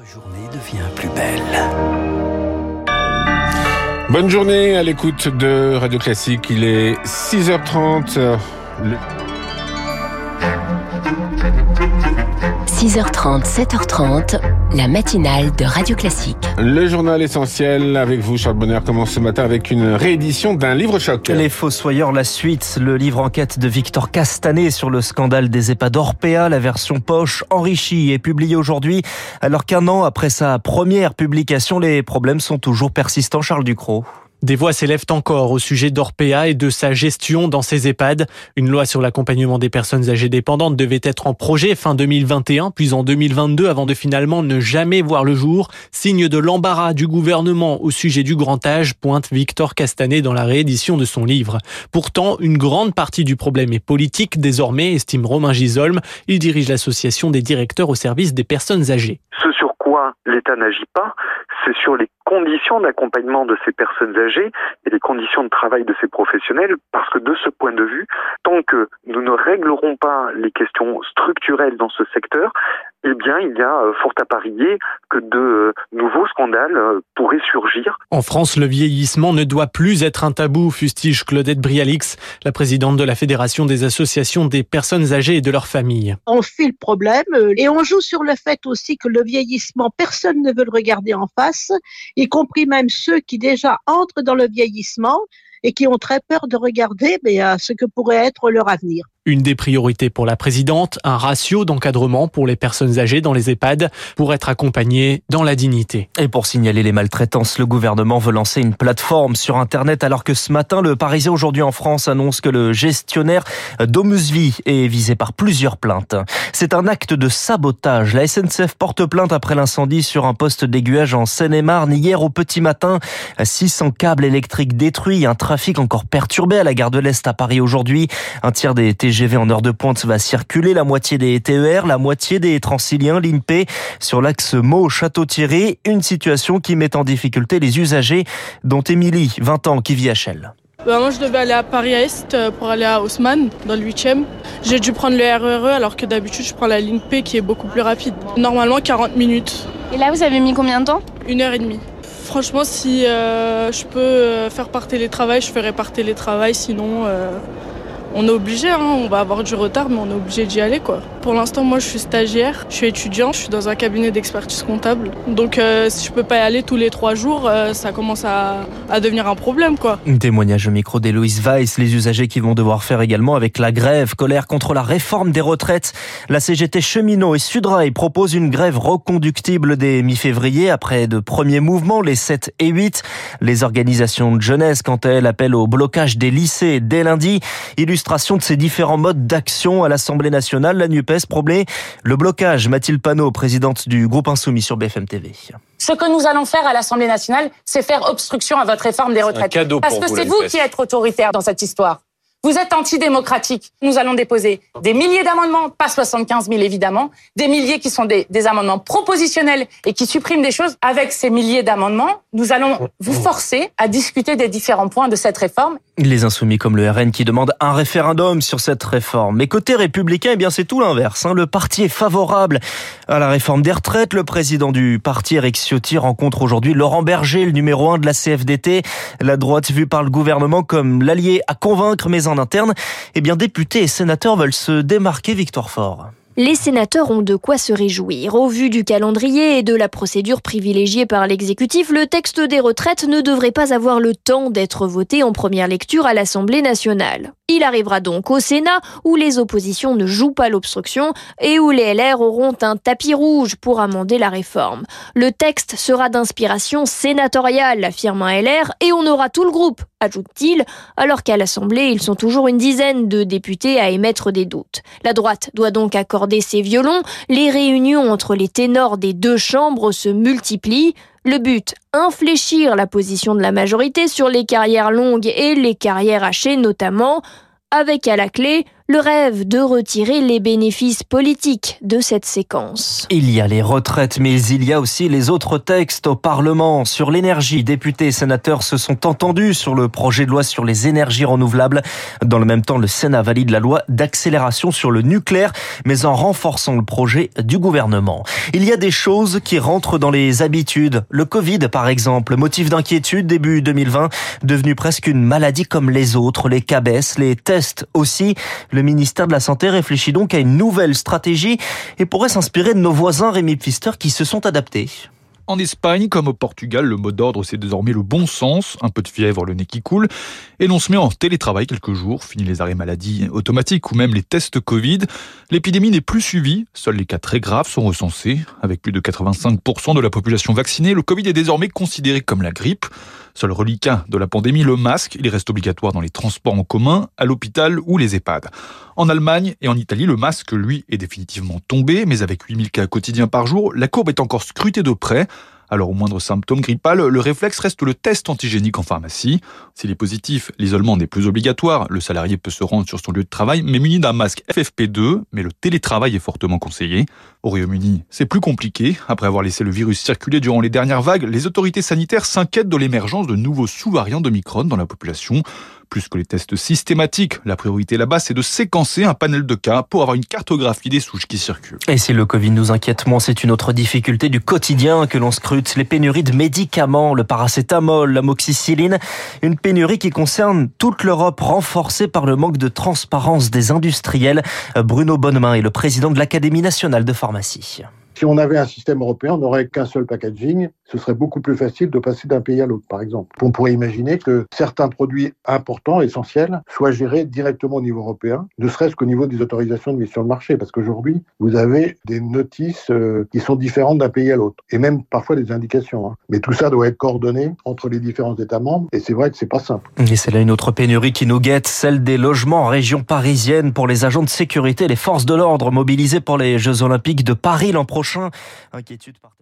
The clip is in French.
Journée devient plus belle. Bonne journée à l'écoute de Radio Classique. Il est 6h30. 6h30, 7h30, la matinale de Radio Classique. Le journal essentiel avec vous, Charles Bonner, commence ce matin avec une réédition d'un livre-choc. Les Fossoyeurs, la suite, le livre enquête de Victor Castanet sur le scandale des EHPAD Orpea, la version poche enrichie est publiée aujourd'hui, alors qu'un an après sa première publication, les problèmes sont toujours persistants. Charles Ducrot. Des voix s'élèvent encore au sujet d'Orpea et de sa gestion dans ces EHPAD. Une loi sur l'accompagnement des personnes âgées dépendantes devait être en projet fin 2021, puis en 2022, avant de finalement ne jamais voir le jour. Signe de l'embarras du gouvernement au sujet du grand âge, pointe Victor Castanet dans la réédition de son livre. Pourtant, une grande partie du problème est politique désormais, estime Romain Gisolm. Il dirige l'association des directeurs au service des personnes âgées. Ce sur quoi l'État n'agit pas, c'est sur les conditions d'accompagnement de ces personnes âgées et les conditions de travail de ces professionnels, parce que de ce point de vue, tant que nous ne réglerons pas les questions structurelles dans ce secteur, eh bien, il y a fort à parier que de nouveaux scandales pourraient surgir. En France, le vieillissement ne doit plus être un tabou, fustige Claudette Brialix, la présidente de la Fédération des associations des personnes âgées et de leurs familles. On fuit le problème et on joue sur le fait aussi que le vieillissement, personne ne veut le regarder en face, y compris même ceux qui déjà entrent dans le vieillissement et qui ont très peur de regarder ce que pourrait être leur avenir. Une des priorités pour la présidente, un ratio d'encadrement pour les personnes âgées dans les EHPAD pour être accompagnées dans la dignité. Et pour signaler les maltraitances, le gouvernement veut lancer une plateforme sur Internet, alors que ce matin, le Parisien aujourd'hui en France annonce que le gestionnaire d'Omusvie est visé par plusieurs plaintes. C'est un acte de sabotage. La SNCF porte plainte après l'incendie sur un poste d'aiguillage en Seine-et-Marne. Hier au petit matin, 600 câbles électriques détruits, un trafic encore perturbé à la gare de l'Est à Paris aujourd'hui. Un tiers des TGV en heure de pointe va circuler, la moitié des TER, la moitié des Transiliens, l'INPE, sur l'axe Meaux-Château-Thierry. Une situation qui met en difficulté les usagers, dont Émilie, 20 ans, qui vit à Chelles. Moi, je devais aller à Paris-Est pour aller à Haussmann, dans le 8e. J'ai dû prendre le RER alors que d'habitude, je prends la ligne P qui est beaucoup plus rapide. Normalement, 40 minutes. Et là, vous avez mis combien de temps ? 1h30. Franchement, si je peux faire par télétravail, je ferai par télétravail. Sinon, on est obligé, on va avoir du retard, mais on est obligé d'y aller, quoi. Pour l'instant, moi, je suis stagiaire, je suis étudiant, je suis dans un cabinet d'expertise comptable. Donc, si je peux pas y aller tous les 3 jours, ça commence à devenir un problème, quoi. Un témoignage au micro d'Héloïse Weiss, les usagers qui vont devoir faire également avec la grève. Colère contre la réforme des retraites. La CGT Cheminots et Sudrail proposent une grève reconductible dès mi-février après de premiers mouvements, les 7 et 8. Les organisations de jeunesse, quant à elles, appellent au blocage des lycées dès lundi. Illustration de ces différents modes d'action à l'Assemblée nationale, la NUPES promet le blocage. Mathilde Panot, présidente du groupe Insoumis sur BFM TV. Ce que nous allons faire à l'Assemblée nationale, c'est faire obstruction à votre réforme des retraites. Parce que c'est vous qui êtes autoritaire dans cette histoire. Vous êtes antidémocratique. Nous allons déposer des milliers d'amendements, pas 75 000 évidemment, des milliers qui sont des amendements propositionnels et qui suppriment des choses. Avec ces milliers d'amendements, nous allons vous forcer à discuter des différents points de cette réforme. Les Insoumis comme le RN qui demandent un référendum sur cette réforme. Mais côté républicain, c'est tout l'inverse. Le parti est favorable à la réforme des retraites. Le président du parti, Éric Ciotti, rencontre aujourd'hui Laurent Berger, le numéro 1 de la CFDT. La droite vue par le gouvernement comme l'allié à convaincre, mais en interne, députés et sénateurs veulent se démarquer. Victoire Fort. Les sénateurs ont de quoi se réjouir. Au vu du calendrier et de la procédure privilégiée par l'exécutif, le texte des retraites ne devrait pas avoir le temps d'être voté en première lecture à l'Assemblée nationale. Il arrivera donc au Sénat, où les oppositions ne jouent pas l'obstruction et où les LR auront un tapis rouge pour amender la réforme. Le texte sera d'inspiration sénatoriale, affirme un LR, et on aura tout le groupe, ajoute-t-il, alors qu'à l'Assemblée, ils sont toujours une dizaine de députés à émettre des doutes. La droite doit donc accorder ses violons, les réunions entre les ténors des deux chambres se multiplient. Le but, infléchir la position de la majorité sur les carrières longues et les carrières hachées notamment, avec à la clé Le rêve de retirer les bénéfices politiques de cette séquence. Il y a les retraites, mais il y a aussi les autres textes au Parlement. Sur l'énergie, députés et sénateurs se sont entendus sur le projet de loi sur les énergies renouvelables. Dans le même temps, le Sénat valide la loi d'accélération sur le nucléaire, mais en renforçant le projet du gouvernement. Il y a des choses qui rentrent dans les habitudes. Le Covid, par exemple, motif d'inquiétude début 2020, devenu presque une maladie comme les autres. Les cas baissent, les tests aussi. Le ministère de la Santé réfléchit donc à une nouvelle stratégie et pourrait s'inspirer de nos voisins Rémi Pfister qui se sont adaptés. En Espagne, comme au Portugal, le mot d'ordre, c'est désormais le bon sens. Un peu de fièvre, le nez qui coule. Et l'on se met en télétravail quelques jours. Fini les arrêts maladie automatiques ou même les tests Covid. L'épidémie n'est plus suivie. Seuls les cas très graves sont recensés. Avec plus de 85% de la population vaccinée, le Covid est désormais considéré comme la grippe. Seul reliquat de la pandémie, le masque. Il reste obligatoire dans les transports en commun, à l'hôpital ou les EHPAD. En Allemagne et en Italie, le masque, lui, est définitivement tombé. Mais avec 8000 cas quotidiens par jour, la courbe est encore scrutée de près. Alors, au moindre symptôme grippal, le réflexe reste le test antigénique en pharmacie. S'il est positif, l'isolement n'est plus obligatoire. Le salarié peut se rendre sur son lieu de travail, mais muni d'un masque FFP2. Mais le télétravail est fortement conseillé. Au Royaume-Uni, c'est plus compliqué. Après avoir laissé le virus circuler durant les dernières vagues, les autorités sanitaires s'inquiètent de l'émergence de nouveaux sous-variants d'Omicron dans la population. Plus que les tests systématiques, la priorité là-bas, c'est de séquencer un panel de cas pour avoir une cartographie des souches qui circulent. Et si le Covid nous inquiète moins, c'est une autre difficulté du quotidien que l'on scrute. Les pénuries de médicaments, le paracétamol, l'amoxicilline. Une pénurie qui concerne toute l'Europe, renforcée par le manque de transparence des industriels. Bruno Bonnemain est le président de l'Académie nationale de pharmacie. Si on avait un système européen, on n'aurait qu'un seul packaging. Ce serait beaucoup plus facile de passer d'un pays à l'autre, par exemple. On pourrait imaginer que certains produits importants, essentiels, soient gérés directement au niveau européen, ne serait-ce qu'au niveau des autorisations de mise sur le marché. Parce qu'aujourd'hui, vous avez des notices qui sont différentes d'un pays à l'autre. Et même parfois des indications. Mais tout ça doit être coordonné entre les différents États membres. Et c'est vrai que c'est pas simple. Et c'est là une autre pénurie qui nous guette, celle des logements en région parisienne pour les agents de sécurité et les forces de l'ordre mobilisés pour les Jeux Olympiques de Paris l'an prochain. Inquiétude partagée.